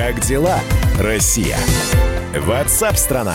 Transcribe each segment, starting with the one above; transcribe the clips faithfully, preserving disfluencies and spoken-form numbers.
Как дела, Россия? Ватсап-страна!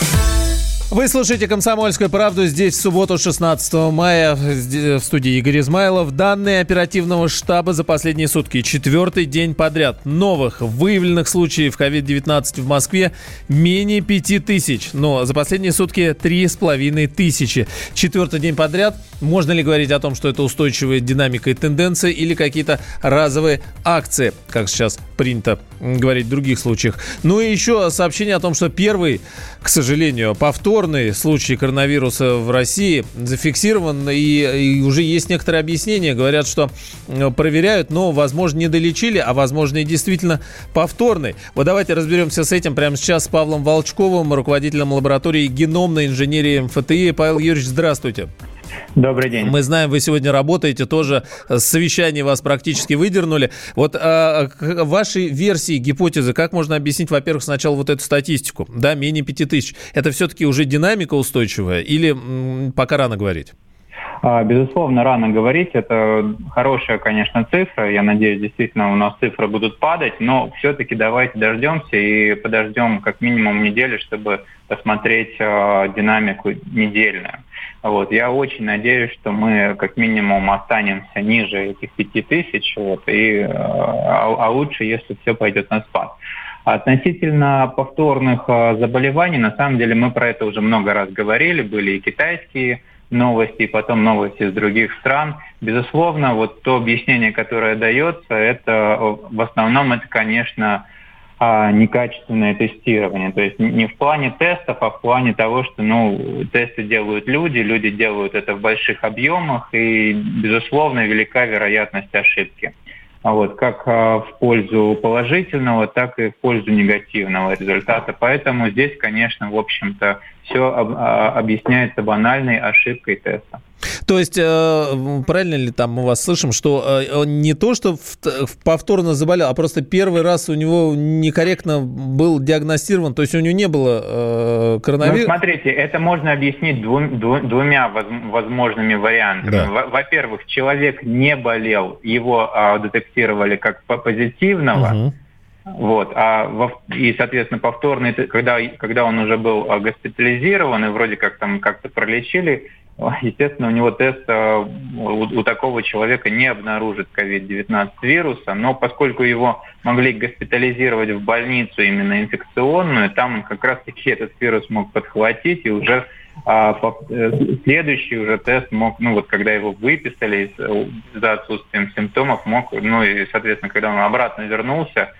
Вы слушаете «Комсомольскую правду». Здесь в субботу, шестнадцатого мая, в студии Игорь Измайлов. Данные оперативного штаба за последние сутки. Четвертый день подряд. Новых выявленных случаев ковид девятнадцать в Москве менее пяти тысяч. Но за последние сутки три с половиной тысячи. Четвертый день подряд. Можно ли говорить о том, что это устойчивая динамика и тенденция, или какие-то разовые акции, как сейчас принято говорить в других случаях? Ну и еще сообщение о том, что первый, к сожалению, повтор случай коронавируса в России зафиксирован, и, и уже есть некоторые объяснения. Говорят, что проверяют, но, возможно, не долечили, а, возможно, и действительно повторный. Вот давайте разберемся с этим прямо сейчас с Павлом Волчковым, руководителем лаборатории геномной инженерии эм эф тэ и. Павел Юрьевич, здравствуйте. Добрый день. Мы знаем, вы сегодня работаете, тоже с совещания вас практически выдернули. Вот а, ваши версии, гипотезы, как можно объяснить, во-первых, сначала вот эту статистику, да, менее пяти тысяч. Это все-таки уже динамика устойчивая или м, пока рано говорить? Безусловно, рано говорить. Это хорошая, конечно, цифра. Я надеюсь, действительно у нас цифры будут падать, но все-таки давайте дождемся и подождем как минимум неделю, чтобы посмотреть э, динамику недельную. Вот. Я очень надеюсь, что мы как минимум останемся ниже этих пяти тысяч, вот, и, э, а, а лучше, если все пойдет на спад. Относительно повторных э, заболеваний, на самом деле мы про это уже много раз говорили, были и китайские новости, и потом новости из других стран. Безусловно, вот то объяснение, которое дается, это в основном это, конечно, некачественное тестирование. То есть не в плане тестов, а в плане того, что ну, тесты делают люди, люди делают это в больших объемах, и, безусловно, велика вероятность ошибки. Вот, как в пользу положительного, так и в пользу негативного результата. Поэтому здесь, конечно, в общем-то, все объясняется банальной ошибкой теста. То есть, э, правильно ли там мы вас слышим, что э, он не то, что в, в повторно заболел, а просто первый раз у него некорректно был диагностирован, то есть у него не было э, коронавируса? Ну, смотрите, это можно объяснить двум, двумя возможными вариантами. Да. Во-первых, человек не болел, его э, детектировали как позитивного, угу. Вот, а и, соответственно, повторный, когда, когда он уже был госпитализирован и вроде как там как-то пролечили, естественно, у него тест у, у такого человека не обнаружит ковид девятнадцать вируса, но поскольку его могли госпитализировать в больницу именно инфекционную, там он как раз-таки этот вирус мог подхватить, и уже а, по, следующий уже тест мог, ну вот когда его выписали за отсутствием симптомов, мог, ну и, соответственно, когда он обратно вернулся,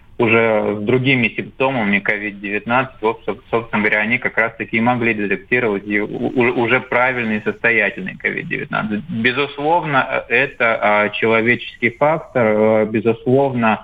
уже с другими симптомами ковид девятнадцать, собственно говоря, они как раз-таки и могли детектировать уже правильный состоятельный ковид девятнадцать. Безусловно, это человеческий фактор, безусловно,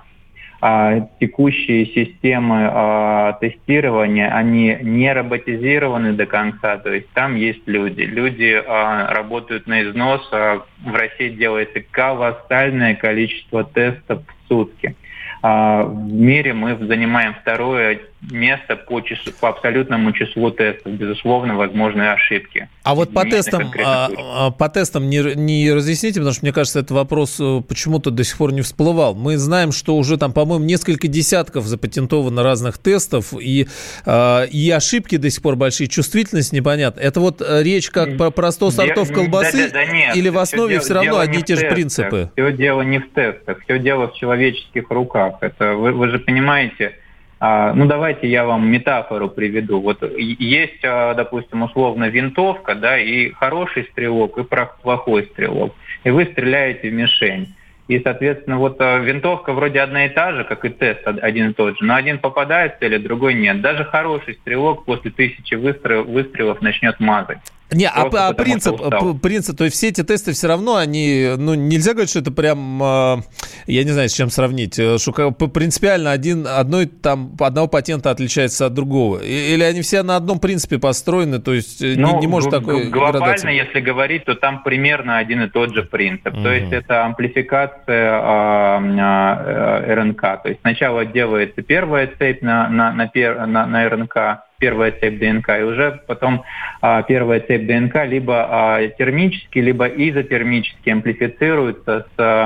текущие системы тестирования, они не роботизированы до конца, то есть там есть люди. Люди работают на износ, в России делается колоссальное количество тестов в сутки. В мире мы занимаем второе место по, числу, по абсолютному числу тестов. Безусловно, возможны ошибки. А вот по тестам, а, по тестам не, не разъясните, потому что, мне кажется, этот вопрос почему-то до сих пор не всплывал. Мы знаем, что уже там, по-моему, несколько десятков запатентовано разных тестов, и, а, и ошибки до сих пор большие, чувствительность непонятна. Это вот речь как про, про сто сортов колбасы, да, да, да, нет, или в основе все, все равно одни и те же принципы? Все дело не в тестах, все дело в человеческих руках. Это вы, вы же понимаете... Ну, давайте я вам метафору приведу. Вот есть, допустим, условно винтовка, да, и хороший стрелок, и плохой стрелок. И вы стреляете в мишень. И, соответственно, вот винтовка вроде одна и та же, как и тест один и тот же, но один попадает в цель, а другой нет. Даже хороший стрелок после тысячи выстрелов, выстрелов начнет мазать. Не, а, а принцип, принцип, то есть все эти тесты все равно, они, ну, нельзя говорить, что это прям, я не знаю, с чем сравнить, что принципиально один, одной, там, одного патента отличается от другого, или они все на одном принципе построены, то есть ну, не, не может г- такой глобально, градации. Если говорить, то там примерно один и тот же принцип, mm-hmm. то есть это амплификация а, а, эр эн ка, то есть сначала делается первая цепь на, на, на, пер, на, на эр эн ка, первая цепь дэ эн ка, и уже потом а, первая цепь дэ эн ка либо а, термически, либо изотермически амплифицируется с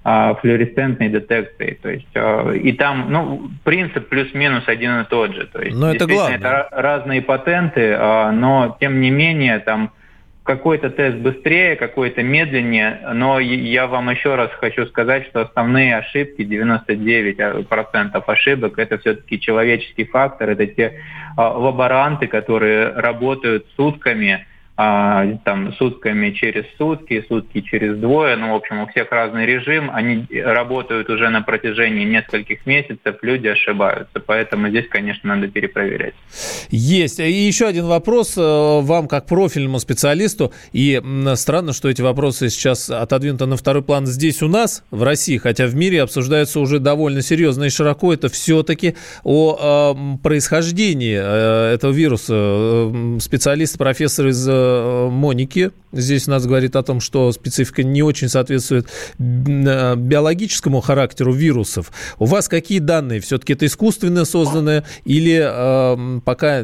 флуоресцентной детекцией. То есть, и там, ну, принцип плюс-минус один и тот же. То есть, но это главное. Это разные патенты, но, тем не менее, там какой-то тест быстрее, какой-то медленнее, но я вам еще раз хочу сказать, что основные ошибки, девяносто девять процентов ошибок, это все-таки человеческий фактор, это те лаборанты, которые работают сутками, А, там, сутками через сутки, сутки через двое, ну, в общем, у всех разный режим, они работают уже на протяжении нескольких месяцев, люди ошибаются, поэтому здесь, конечно, надо перепроверять. Есть. И еще один вопрос вам, как профильному специалисту, и странно, что эти вопросы сейчас отодвинуты на второй план здесь у нас, в России, хотя в мире обсуждаются уже довольно серьезно и широко, это все-таки о э, происхождении э, этого вируса. Специалист, профессор из Моники здесь у нас говорит о том, что специфика не очень соответствует биологическому характеру вирусов. У вас какие данные? Все-таки это искусственно созданное или э, пока...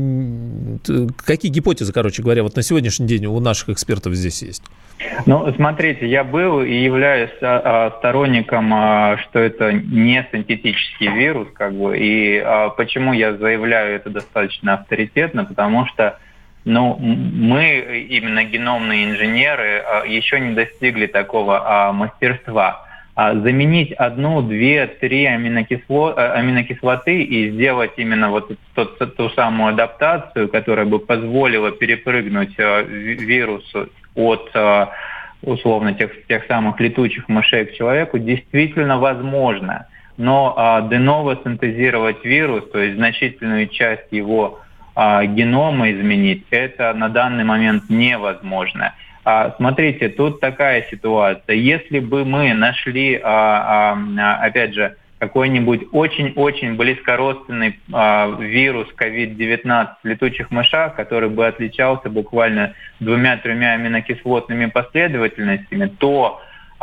Какие гипотезы, короче говоря, вот на сегодняшний день у наших экспертов здесь есть? Ну, смотрите, я был и являюсь сторонником, что это не синтетический вирус, как бы, и почему я заявляю это достаточно авторитетно, потому что Ну, мы, именно геномные инженеры, еще не достигли такого а, мастерства. А заменить одну, две, три аминокисло, аминокислоты и сделать именно вот тот, ту самую адаптацию, которая бы позволила перепрыгнуть а, вирусу от а, условно тех, тех самых летучих мышей к человеку, действительно возможно. Но а, де-ново синтезировать вирус, то есть значительную часть его генома изменить, это на данный момент невозможно. Смотрите, тут такая ситуация. Если бы мы нашли, опять же, какой-нибудь очень-очень близкородственный вирус ковид девятнадцать в летучих мышах, который бы отличался буквально двумя-тремя аминокислотными последовательностями, то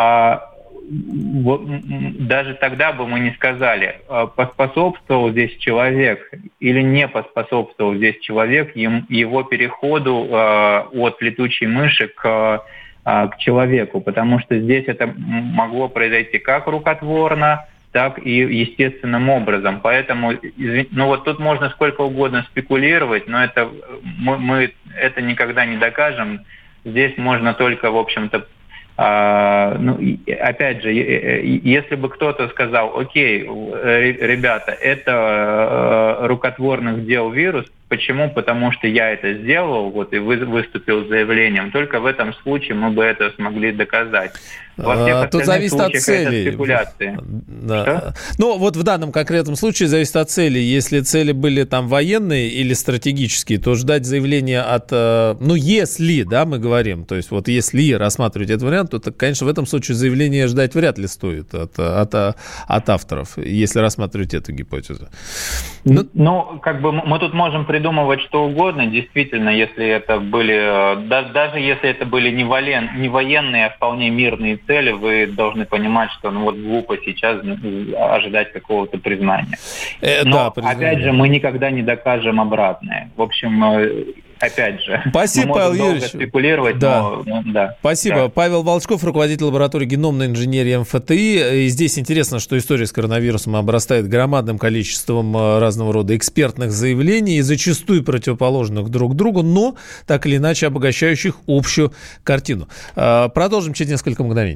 даже тогда бы мы не сказали, поспособствовал здесь человек или не поспособствовал здесь человек его переходу от летучей мыши к, к человеку, потому что здесь это могло произойти как рукотворно, так и естественным образом. Поэтому, ну вот тут можно сколько угодно спекулировать, но это мы, мы это никогда не докажем. Здесь можно только, в общем-то, А, ну, опять же, если бы кто-то сказал, окей, ребята, это рукотворных дел вирус, почему? Потому что я это сделал, вот, и выступил с заявлением, только в этом случае мы бы это смогли доказать. Во всех а, тут зависит от цели. Спекуляции. Да. Ну, вот в данном конкретном случае зависит от цели. Если цели были там военные или стратегические, то ждать заявления от... Ну, если, да, мы говорим, то есть вот если рассматривать этот вариант, то, конечно, в этом случае заявление ждать вряд ли стоит от, от, от авторов, если рассматривать эту гипотезу. Ну, ну, как бы мы тут можем придумывать что угодно, действительно, если это были... Даже если это были не, воен, не военные, а вполне мирные цели, вы должны понимать, что ну вот глупо сейчас ожидать какого-то признания. Э, Но, да, признание. Опять же, мы никогда не докажем обратное. В общем, опять же, спасибо, мы можем Павел долго Юрьевич. спекулировать, да. но... Ну, да. Спасибо. Да. Павел Волчков, руководитель лаборатории геномной инженерии эм эф тэ и. И здесь интересно, что история с коронавирусом обрастает громадным количеством разного рода экспертных заявлений, зачастую противоположных друг другу, но так или иначе обогащающих общую картину. Продолжим через несколько мгновений.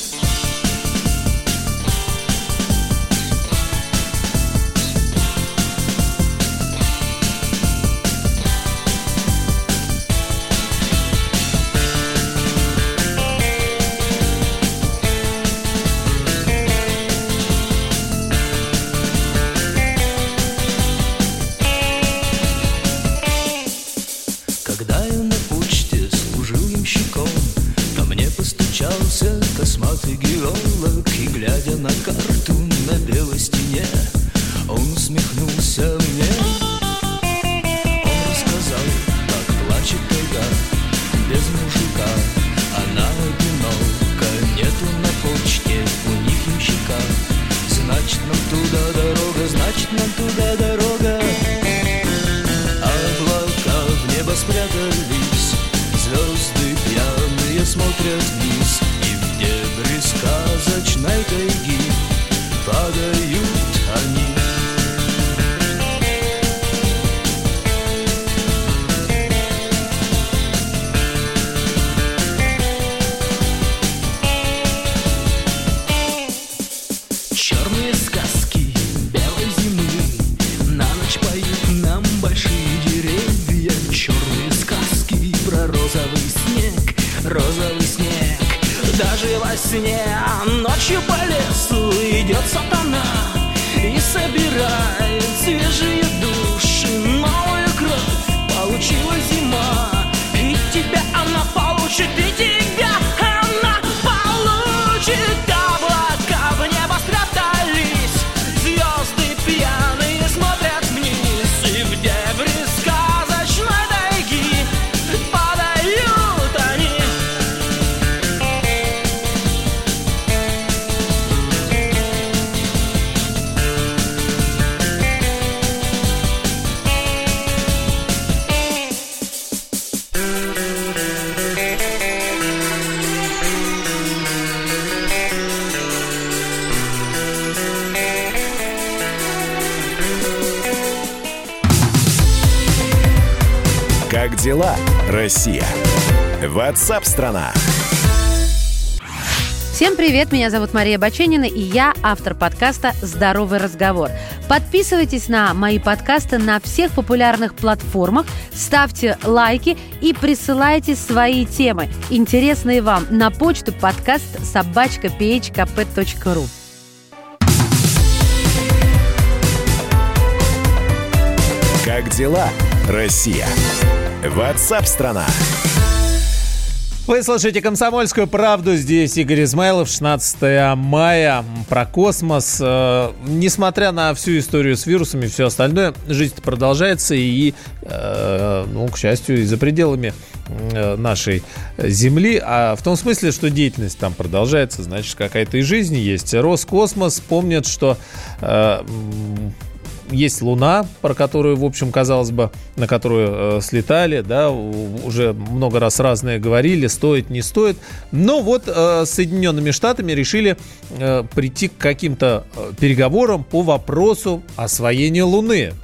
Косматый геолог, и глядя на карту на белой стене, он усмехнулся мне. Он рассказал, как плачет тайга без мужика. Она одинока, нету на почте у них ямщика. Значит, нам туда дорога, значит, нам туда дорога. Облака в небо спрятались, звезды пьяные смотрят вниз. Сказочной сне. Ночью по лесу идет сатана и собирает свежие души, новую кровь получила зима. И тебя она получит, и тебя она получит. Облака в небо спрятались, звезды пьяные смотрят вниз, и в дебри сказочной тайги падают они. Как дела, Россия? Ватсап-страна! Всем привет, меня зовут Мария Баченина, и я автор подкаста «Здоровый разговор». Подписывайтесь на мои подкасты на всех популярных платформах, ставьте лайки и присылайте свои темы, интересные вам, на почту подкаст собачка пи эйч ка пэ точка ру. Как дела, Россия? Ватсап-страна! Вы слушаете «Комсомольскую правду». Здесь Игорь Измайлов. шестнадцатое мая. Про космос. Э, несмотря на всю историю с вирусами и все остальное, жизнь продолжается. И, э, ну, к счастью, и за пределами э, нашей Земли. А в том смысле, что деятельность там продолжается, значит, какая-то и жизнь есть. Роскосмос помнит, что... Э, Есть Луна, про которую, в общем, казалось бы, на которую э, слетали, да, уже много раз разные говорили, стоит, не стоит. Но вот э, с Соединенными Штатами решили э, прийти к каким-то переговорам по вопросу освоения Луны.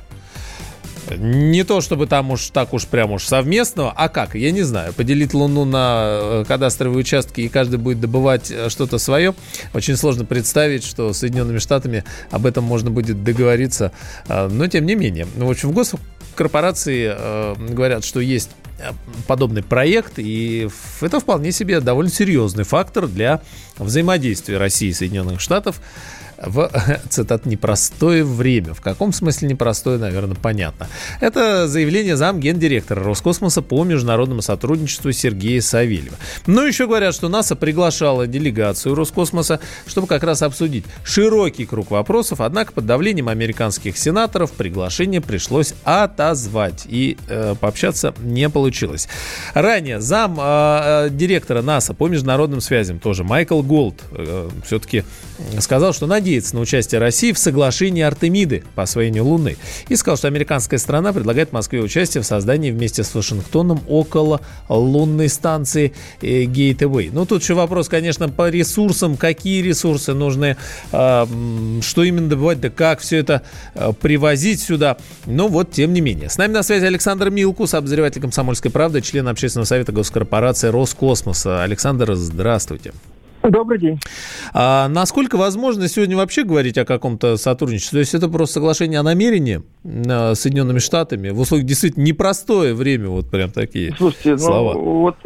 Не то, чтобы там уж так уж прям уж совместного, а как, я не знаю, поделить Луну на кадастровые участки и каждый будет добывать что-то свое. Очень сложно представить, что с Соединенными Штатами об этом можно будет договориться, но тем не менее. В общем, в госкорпорации говорят, что есть подобный проект, и это вполне себе довольно серьезный фактор для взаимодействия России и Соединенных Штатов в, цитат, непростое время. В каком смысле непростое, наверное, понятно. Это заявление замгендиректора Роскосмоса по международному сотрудничеству Сергея Савельева. Но еще говорят, что НАСА приглашала делегацию Роскосмоса, чтобы как раз обсудить широкий круг вопросов, однако под давлением американских сенаторов приглашение пришлось отозвать, и э, пообщаться не получилось. Ранее зам э, директора НАСА по международным связям, тоже Майкл Голд, э, все-таки сказал, что надеется на участие России в соглашении Артемиды по освоению Луны. И сказал, что американская страна предлагает Москве участие в создании вместе с Вашингтоном около лунной станции э, Гейтвей. Ну, тут еще вопрос, конечно, по ресурсам. Какие ресурсы нужны, э, что именно добывать, да как все это э, привозить сюда. Но вот, тем не менее. С нами на связи Александр Милкус, обозреватель «Комсомольской правды», член общественного совета госкорпорации Роскосмоса. Александр, здравствуйте. Добрый день. А насколько возможно сегодня вообще говорить о каком-то сотрудничестве? То есть это просто соглашение о намерении с Соединенными Штатами в условиях действительно непростое время, вот прям такие Слушайте, слова. Ну, вот,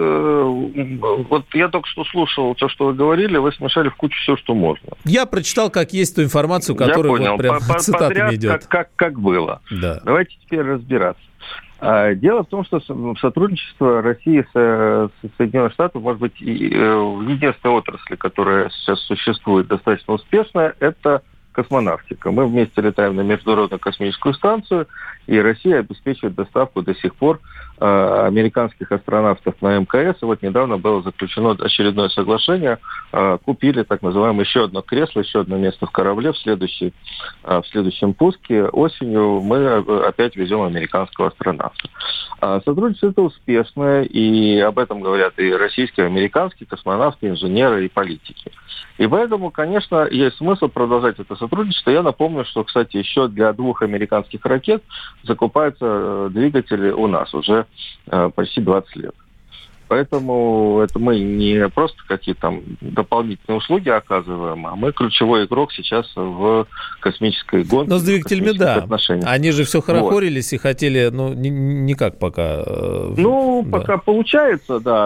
э, вот я только что слушал то, что вы говорили, вы смешали в кучу все, что можно. Я прочитал, как есть ту информацию, которая вот прям по, цитатами подряд, идет. Как, как, как было. Да. Давайте теперь разбираться. Дело в том, что сотрудничество России с Соединенными Штатами, может быть, и в единственной отрасли, которая сейчас существует достаточно успешно, это космонавтика. Мы вместе летаем на Международную космическую станцию, и Россия обеспечивает доставку до сих пор э, американских астронавтов на эм ка эс. И вот недавно было заключено очередное соглашение. Э, купили так называемое еще одно кресло, еще одно место в корабле. В, следующий, э, в следующем пуске осенью мы опять везем американского астронавта. Э, сотрудничество это успешное, и об этом говорят и российские, и американские космонавты, инженеры и политики. И поэтому, конечно, есть смысл продолжать это сотрудничество. Я напомню, что, кстати, еще для двух американских ракет закупаются двигатели у нас уже почти двадцать лет. Поэтому это мы не просто какие-то там дополнительные услуги оказываем, а мы ключевой игрок сейчас в космической гонке. Но с двигателями, да. Отношениях. Они же все хорохорились вот. И хотели, ну, никак пока. Ну, да. пока получается, да,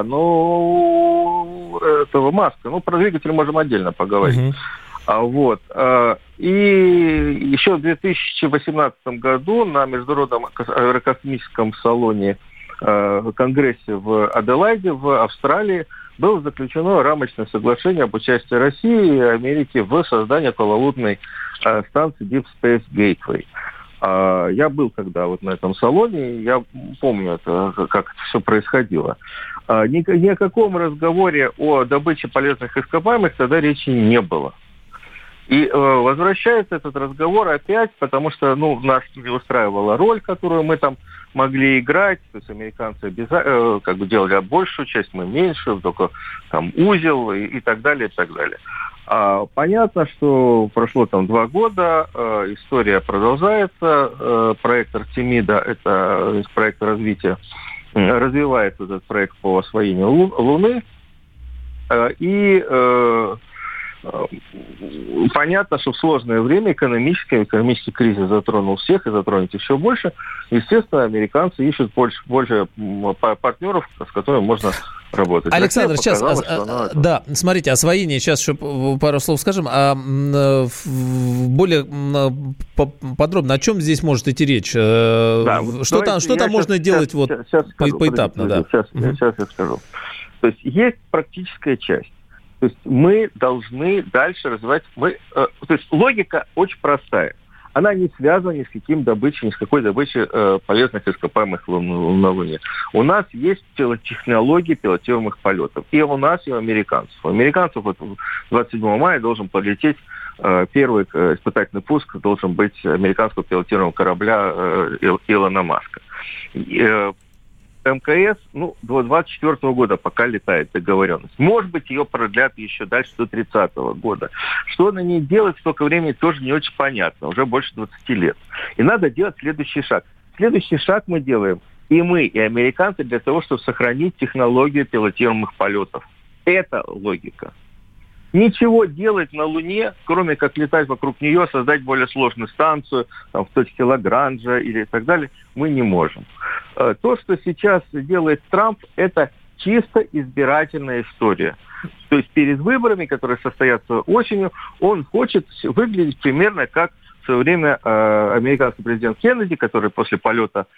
но этого Маска. Ну, про двигатель можем отдельно поговорить. Угу. А, вот. И еще в две тысячи восемнадцатом году на Международном аэрокосмическом салоне Конгрессе в Аделаиде, в Австралии, было заключено рамочное соглашение об участии России и Америки в создании окололунной станции Deep Space Gateway. Я был когда вот на этом салоне, я помню, это, как это все происходило. Ни, ни о каком разговоре о добыче полезных ископаемых тогда речи не было. И э, возвращается этот разговор опять, потому что, ну, нас не устраивала роль, которую мы там могли играть. То есть американцы обяза- э, как бы делали большую часть, мы меньшую, только там узел и, и так далее, и так далее. А, понятно, что прошло там два года, э, история продолжается. Э, проект Артемида, это проект развития, э, развивает этот проект по освоению Лу- Луны. Э, и... Э, Понятно, что в сложное время экономическое, экономический кризис затронул всех и затронет еще больше. Естественно, американцы ищут больше, больше партнеров, с которыми можно работать. Александр, сейчас, а, а, да, смотрите, освоение, сейчас еще пару слов скажем, а более подробно, о чем здесь может идти речь? Да, что там, что там можно сейчас, делать вот сейчас, по, скажу, поэтапно? Да. Сейчас, угу. сейчас я скажу. То есть есть практическая часть. То есть мы должны дальше развивать... Мы, э, то есть логика очень простая. Она не связана ни с каким добычей, ни с какой добычей э, полезных ископаемых на Луне. У нас есть технологии пилотируемых полетов. И у нас, и у американцев. У американцев вот двадцать седьмого мая должен полететь э, первый э, испытательный пуск, должен быть американского пилотируемого корабля э, Илона Маска. И, э, МКС, ну, до двадцать четвёртого года пока летает договоренность. Может быть, ее продлят еще дальше до тридцатого года. Что на ней делать столько времени, тоже не очень понятно. Уже больше двадцати лет. И надо делать следующий шаг. Следующий шаг мы делаем и мы, и американцы для того, чтобы сохранить технологию пилотируемых полетов. Это логика. Ничего делать на Луне, кроме как летать вокруг нее, создать более сложную станцию, там, в точке Лагранжа или так далее, мы не можем. То, что сейчас делает Трамп, это чисто избирательная история. То есть перед выборами, которые состоятся осенью, он хочет выглядеть примерно как в свое время э, американский президент Кеннеди, который после полета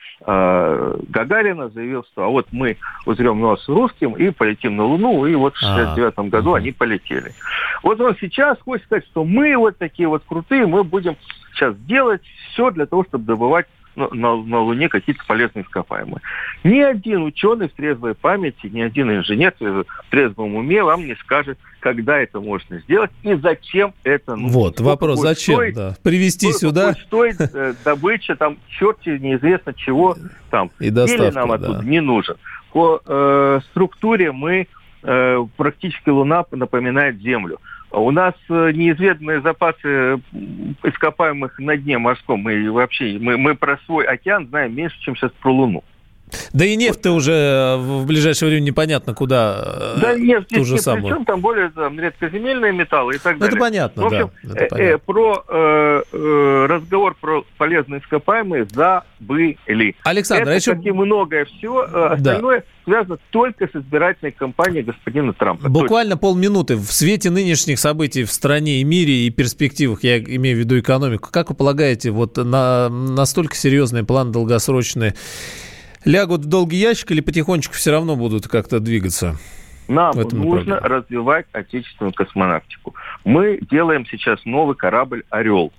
э, Гагарина заявил, что а вот мы узрем нос русским и полетим на Луну, и вот в шестьдесят девятом году они полетели. Вот он сейчас хочет сказать, что мы вот такие вот крутые, мы будем сейчас делать все для того, чтобы добывать на, на, на Луне какие-то полезные ископаемые. Ни один ученый в трезвой памяти, ни один инженер в трезвом уме вам не скажет, когда это можно сделать и зачем это нужно. Вот, сколько вопрос, зачем, стоить, да. Привезти сюда. Стоит э, добыча, там, черти неизвестно чего там. И доставка, или нам оттуда да. не нужен. По э, структуре мы, э, практически Луна напоминает Землю. У нас неизведанные запасы ископаемых на дне морском. Мы вообще, мы, мы про свой океан знаем меньше, чем сейчас про Луну. Да и нефть-то вот. Уже в ближайшее время непонятно куда. Да нефть здесь ни при чем, там более там, редкоземельные металлы и так далее. Это понятно, в общем, да. Это э, э, про э, э, разговор про полезные ископаемые забыли. Александр, это, а еще... как и многое все, э, остальное да. связано только с избирательной кампанией господина Трампа. Буквально только. полминуты. В свете нынешних событий в стране и мире и перспективах, я имею в виду экономику, как вы полагаете, вот на настолько серьезные планы долгосрочные лягут в долгий ящик или потихонечку все равно будут как-то двигаться? Нам нужно развивать отечественную космонавтику. Мы делаем сейчас новый корабль «Орел»,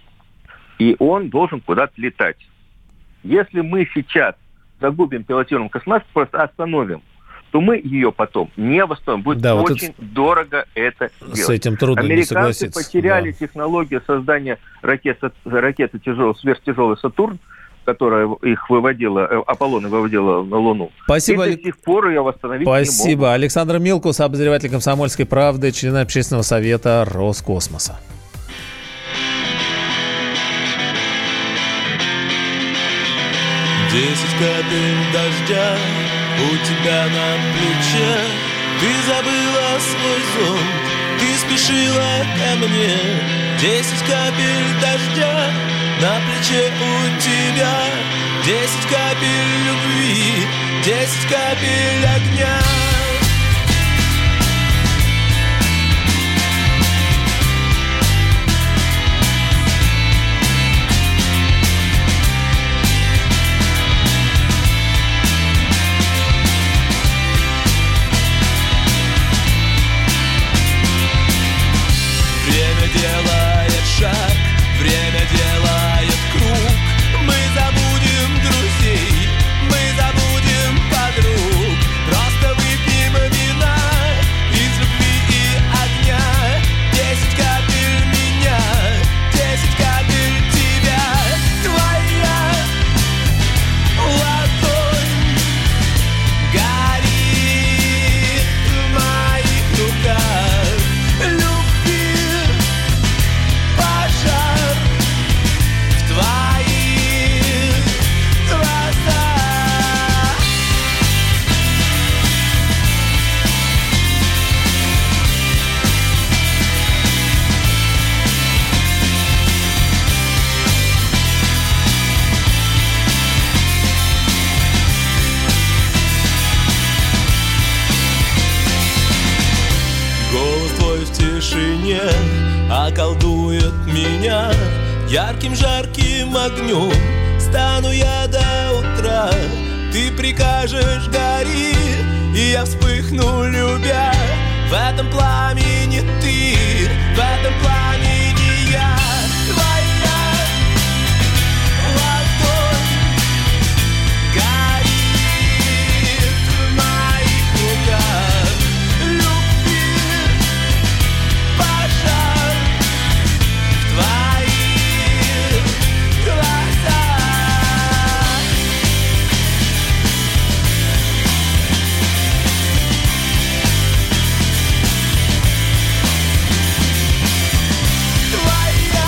и он должен куда-то летать. Если мы сейчас загубим пилотируемую космонавтику, просто остановим, то мы ее потом не восстановим. Будет да, очень вот дорого это делать. С этим трудно не согласиться. Американцы потеряли да. технологию создания ракеты, ракеты тяжелой, сверхтяжелой «Сатурн», которая их выводила, Аполлон выводила на Луну. Спасибо. И до сих пор ее восстановить Спасибо. не могут. Александр Милкус, обозреватель «Комсомольской правды», член общественного совета Роскосмоса. Десять капель дождя у тебя на плече. Ты забыла свой зонт, ты спешила ко мне. Десять капель дождя на плече у тебя. Десять капель любви, десять капель огня. Время делает шаг, время делает круг. Мы забудем друзей, мы забудем подруг. Просто выпьем вина из любви и огня. Десять капель меня, десять капель тебя. Твоя ладонь горит в моих руках. Голос твой в тишине околдует меня. Ярким жарким огнем стану я до утра. Ты прикажешь гори, и я вспыхну, любя. В этом пламени ты, в этом пламени я. Твоя ладонь горит в моих руках. Любви пожар в твоих глазах. Твоя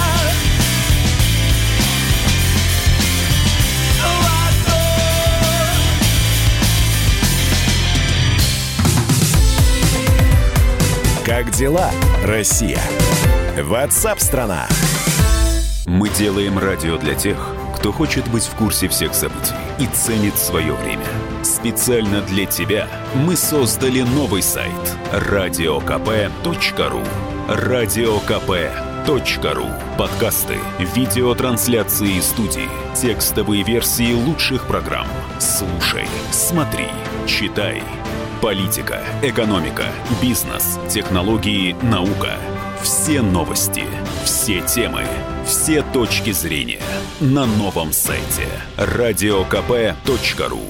ладонь. Как дела, Россия? WhatsApp-страна. Мы делаем радио для тех, кто хочет быть в курсе всех событий и ценит свое время. Специально для тебя мы создали новый сайт радио ка пэ точка ру. радио ка пэ точка ру. Подкасты, видеотрансляции из студии, текстовые версии лучших программ. Слушай, смотри, читай. Политика, экономика, бизнес, технологии, наука. Все новости, все темы, все точки зрения на новом сайте радио ка пэ точка ру.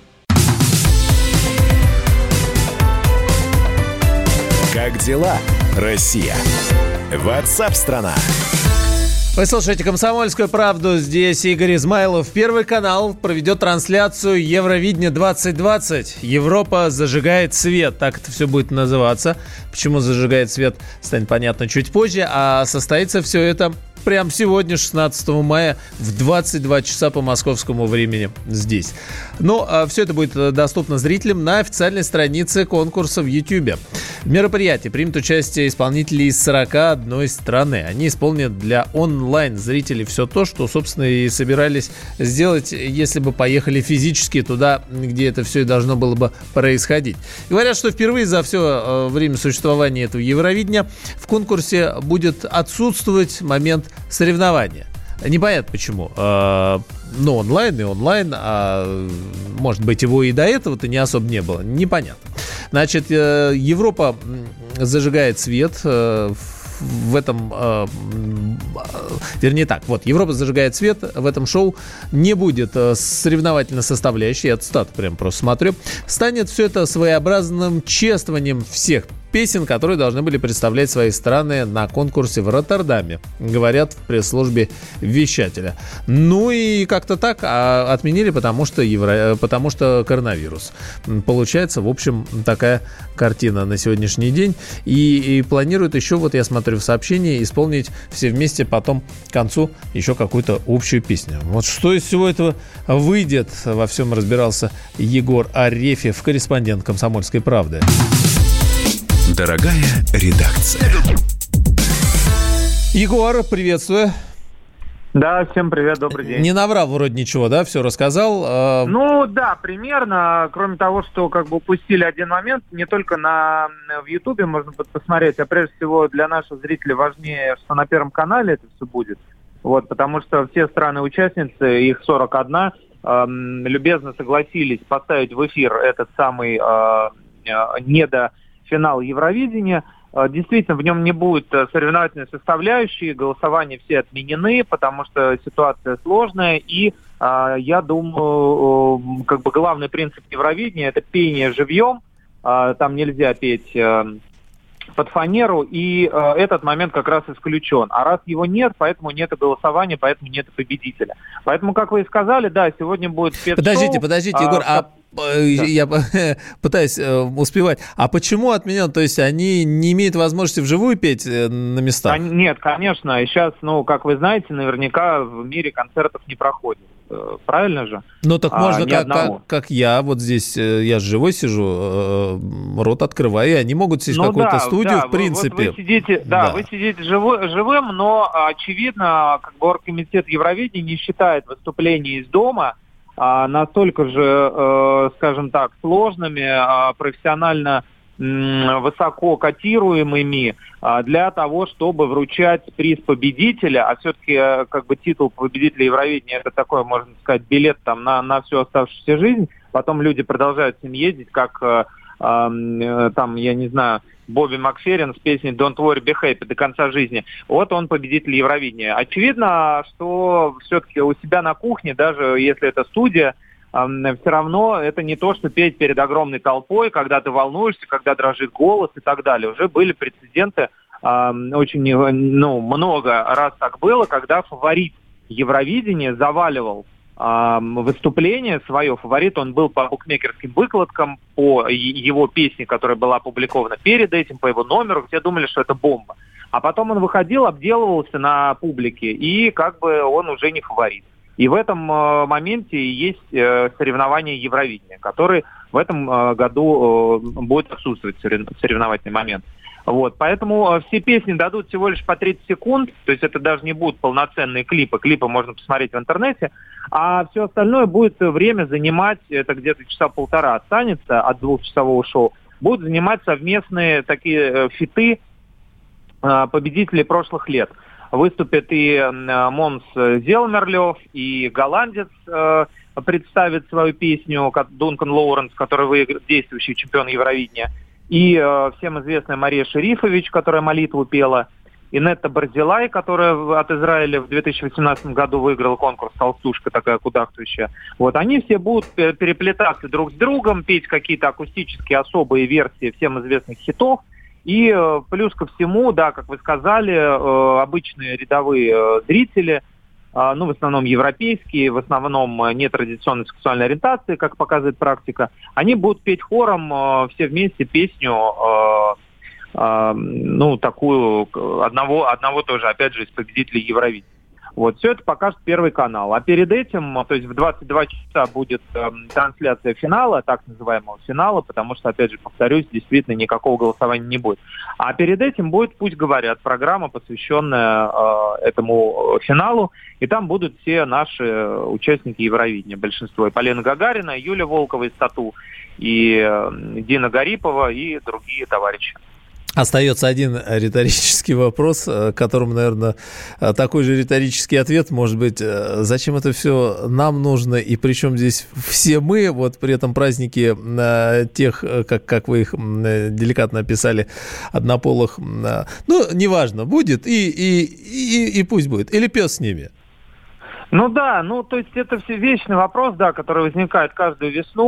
Как дела, Россия? WhatsApp-страна. Вы слушаете «Комсомольскую правду». Здесь Игорь Измайлов. Первый канал проведет трансляцию Евровидения двадцать двадцать. Европа зажигает свет. Так это все будет называться. Почему зажигает свет, станет понятно чуть позже. А состоится все это прямо сегодня, шестнадцатого мая, в двадцать два часа по московскому времени здесь. Ну, а все это будет доступно зрителям на официальной странице конкурса в YouTube. В мероприятии примут участие исполнители из сорок одной страны. Они исполнят для онлайн-зрителей все то, что, собственно, и собирались сделать, если бы поехали физически туда, где это все и должно было бы происходить. Говорят, что впервые за все время существования этого Евровидения в конкурсе будет отсутствовать момент соревнования. Непонятно почему. Ну, онлайн и онлайн, а может быть, его и до этого-то не особо не было. Непонятно. Значит, Европа зажигает свет в этом... Вернее так, вот, Европа зажигает свет. В этом шоу не будет соревновательной составляющей. Я цитату прям просто смотрю. Станет все это своеобразным чествованием всех песен, которые должны были представлять свои страны на конкурсе в Роттердаме, говорят в пресс-службе вещателя. Ну и как-то так а отменили, потому что, евро... потому что коронавирус. Получается, в общем, такая картина на сегодняшний день. И, и планируют еще, вот я смотрю в сообщении, исполнить все вместе потом к концу еще какую-то общую песню. Вот что из всего этого выйдет, во всем разбирался Егор Арефьев, корреспондент «Комсомольской правды». Дорогая редакция. Егор, приветствую. Да, всем привет, добрый день. Не наврал вроде ничего, да? Все рассказал? Ну, да, примерно. Кроме того, что как бы упустили один момент, не только на, в Ютубе можно посмотреть, а прежде всего для наших зрителей важнее, что на Первом канале это все будет. Вот, потому что все страны-участницы, их сорок один, э, любезно согласились поставить в эфир этот самый э, недофинал Евровидения. Действительно, в нем не будет соревновательной составляющей, голосования все отменены, потому что ситуация сложная, и э, я думаю, э, как бы главный принцип Евровидения – это пение живьем, э, там нельзя петь э, под фанеру, и э, этот момент как раз исключен. А раз его нет, поэтому нет голосования, поэтому нет победителя. Поэтому, как вы и сказали, да, сегодня будет спецшоу. Подождите, подождите, а, Егор, а... Да. Я пытаюсь э, успевать. А почему отменен? То есть они не имеют возможности вживую петь э, на местах? Нет, конечно. И сейчас, ну, как вы знаете, наверняка в мире концертов не проходит. Правильно же? Ну, так можно, а, как, как, как я, вот здесь, я с живой сижу, э, рот открываю, и они могут сесть ну, в какую-то да, студию, да, в принципе. Вот вы сидите, да, да, вы сидите живой, живым, но, очевидно, как бы оргкомитет Евровидения не считает выступление из дома а, настолько же, э, скажем так, сложными, а, профессионально высоко котируемыми для того, чтобы вручать приз победителя, а все-таки как бы титул победителя Евровидения это такой, можно сказать, билет там на, на всю оставшуюся жизнь. Потом люди продолжают с ним ездить, как э, э, там, я не знаю, Бобби Макферрин с песней «Don't worry, be happy» до конца жизни. Вот он победитель Евровидения. Очевидно, что все-таки у себя на кухне, даже если это студия, все равно это не то, что петь перед огромной толпой, когда ты волнуешься, когда дрожит голос и так далее. Уже были прецеденты, очень ну, много раз так было, когда фаворит Евровидения заваливал выступление свое. Фаворит он был по букмекерским выкладкам, по его песне, которая была опубликована перед этим, по его номеру. Все думали, что это бомба. А потом он выходил, обделывался на публике, и как бы он уже не фаворит. И в этом э, моменте есть э, соревнования Евровидения, которые в этом э, году э, будет отсутствовать соревновательный момент. Вот, поэтому э, все песни дадут всего лишь по тридцать секунд, то есть это даже не будут полноценные клипы, клипы можно посмотреть в интернете, а все остальное будет время занимать, это где-то часа полтора останется от двухчасового шоу, будут занимать совместные такие э, фиты э, победителей прошлых лет. Выступит и Монс Зелмерлёв, и голландец э, представит свою песню, Дункан Лоуренс, который выиграл, действующий чемпион Евровидения, и э, всем известная Мария Шерифович, которая молитву пела, и Нетта Барзилай, которая от Израиля в две тысячи восемнадцатом году выиграла конкурс «Толстушка», такая кудахтающая. Вот, они все будут переплетаться друг с другом, петь какие-то акустические особые версии всем известных хитов. И э, плюс ко всему, да, как вы сказали, э, обычные рядовые э, зрители, э, ну, в основном европейские, в основном э, нетрадиционной сексуальной ориентации, как показывает практика, они будут петь хором э, все вместе песню, э, э, ну, такую, одного, одного тоже, опять же, из победителей Евровидения. Вот, все это покажет Первый канал. А перед этим, то есть в двадцать два часа будет э, трансляция финала, так называемого финала, потому что, опять же, повторюсь, действительно никакого голосования не будет. А перед этим будет «Пусть говорят», программа, посвященная э, этому финалу, и там будут все наши участники Евровидения, большинство. И Полина Гагарина, и Юля Волкова из «Тату», и э, Дина Гарипова, и другие товарищи. Остается один риторический вопрос, которому, наверное, такой же риторический ответ может быть: зачем это все нам нужно, и причем здесь все мы, вот при этом праздники тех, как, как вы их деликатно описали, однополых, ну, неважно, будет, и, и, и, и пусть будет, или пес с ними. Ну да, ну то есть это все вечный вопрос, да, который возникает каждую весну.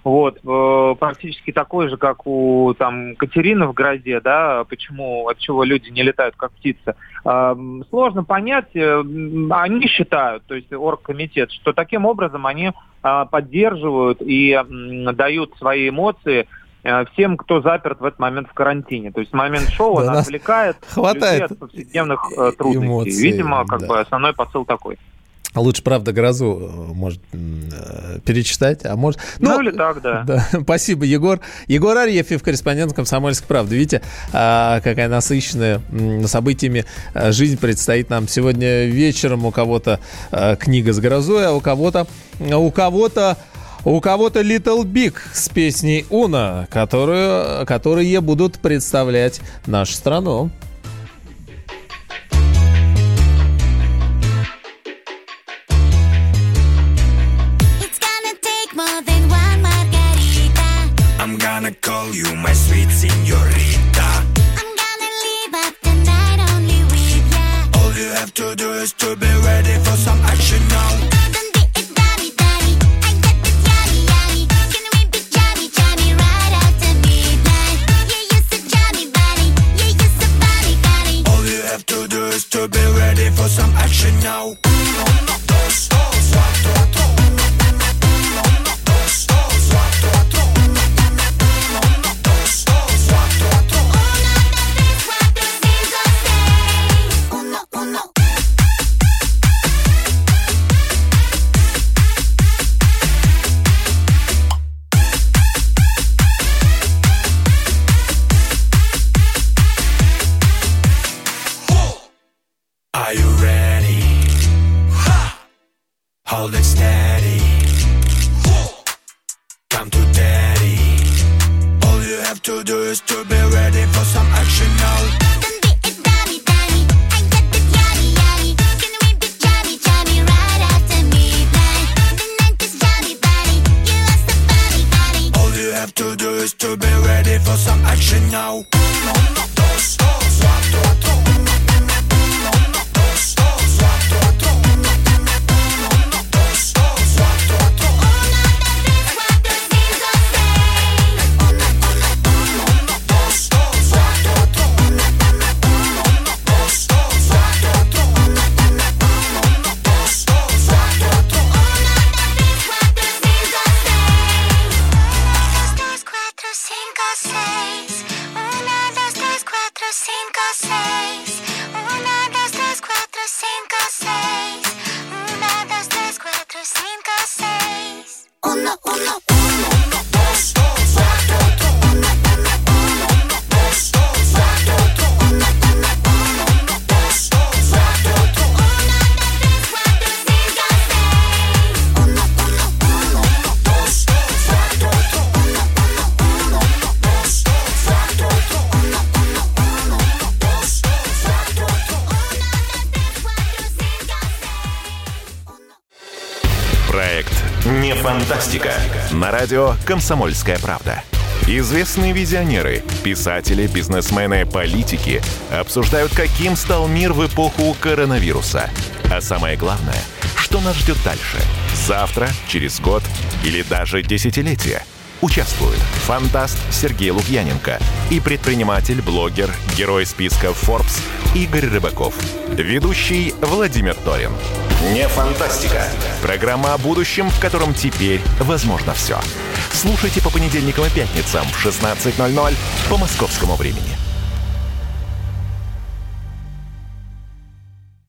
вот, э, практически такой же, как у там Катерины в грозе, да, почему, от чего люди не летают как птицы. Э, сложно понять, э, они считают, то есть оргкомитет, что таким образом они э, поддерживают и э, дают свои эмоции всем, кто заперт в этот момент в карантине. То есть момент шоу да, он отвлекает людей от повседневных э, трудностей. Эмоций, Видимо, как да. бы основной посыл такой. Лучше, правда, грозу, может, перечитать, а может... Ну, ну или так, да. да. Спасибо, Егор. Егор Арефьев, корреспондент «Комсомольской правды». Видите, какая насыщенная событиями жизнь предстоит нам сегодня вечером. У кого-то книга с грозой, а у кого-то... У кого-то У кого-то Little Big с песней «Уна», которую, которые будут представлять нашу страну. I'm gonna call you my sweet señorita. I'm gonna leave up the night only with ya. All you have to do is to be ready for some action now. To be ready for some action now. Uno, dos, dos, cuatro, cuatro. Uno, dos, dos, cuatro, cuatro. Uno, dos, dos, cuatro, cuatro. Uno, uno. Are you ready? Ha! Hold it steady. Come to daddy. All you have to do is to be ready for some action now. All you have to do is to be ready for some action now. Uno, dos, dos, cuatro, cuatro. Не фантастика. На радио «Комсомольская правда». Известные визионеры, писатели, бизнесмены, политики обсуждают, каким стал мир в эпоху коронавируса. А самое главное, что нас ждет дальше? Завтра, через год или даже десятилетие? Участвуют фантаст Сергей Лукьяненко и предприниматель, блогер, герой списка Forbes Игорь Рыбаков. Ведущий Владимир Торин. Не фантастика. Программа о будущем, в котором теперь возможно все. Слушайте по понедельникам и пятницам в шестнадцать ноль ноль по московскому времени.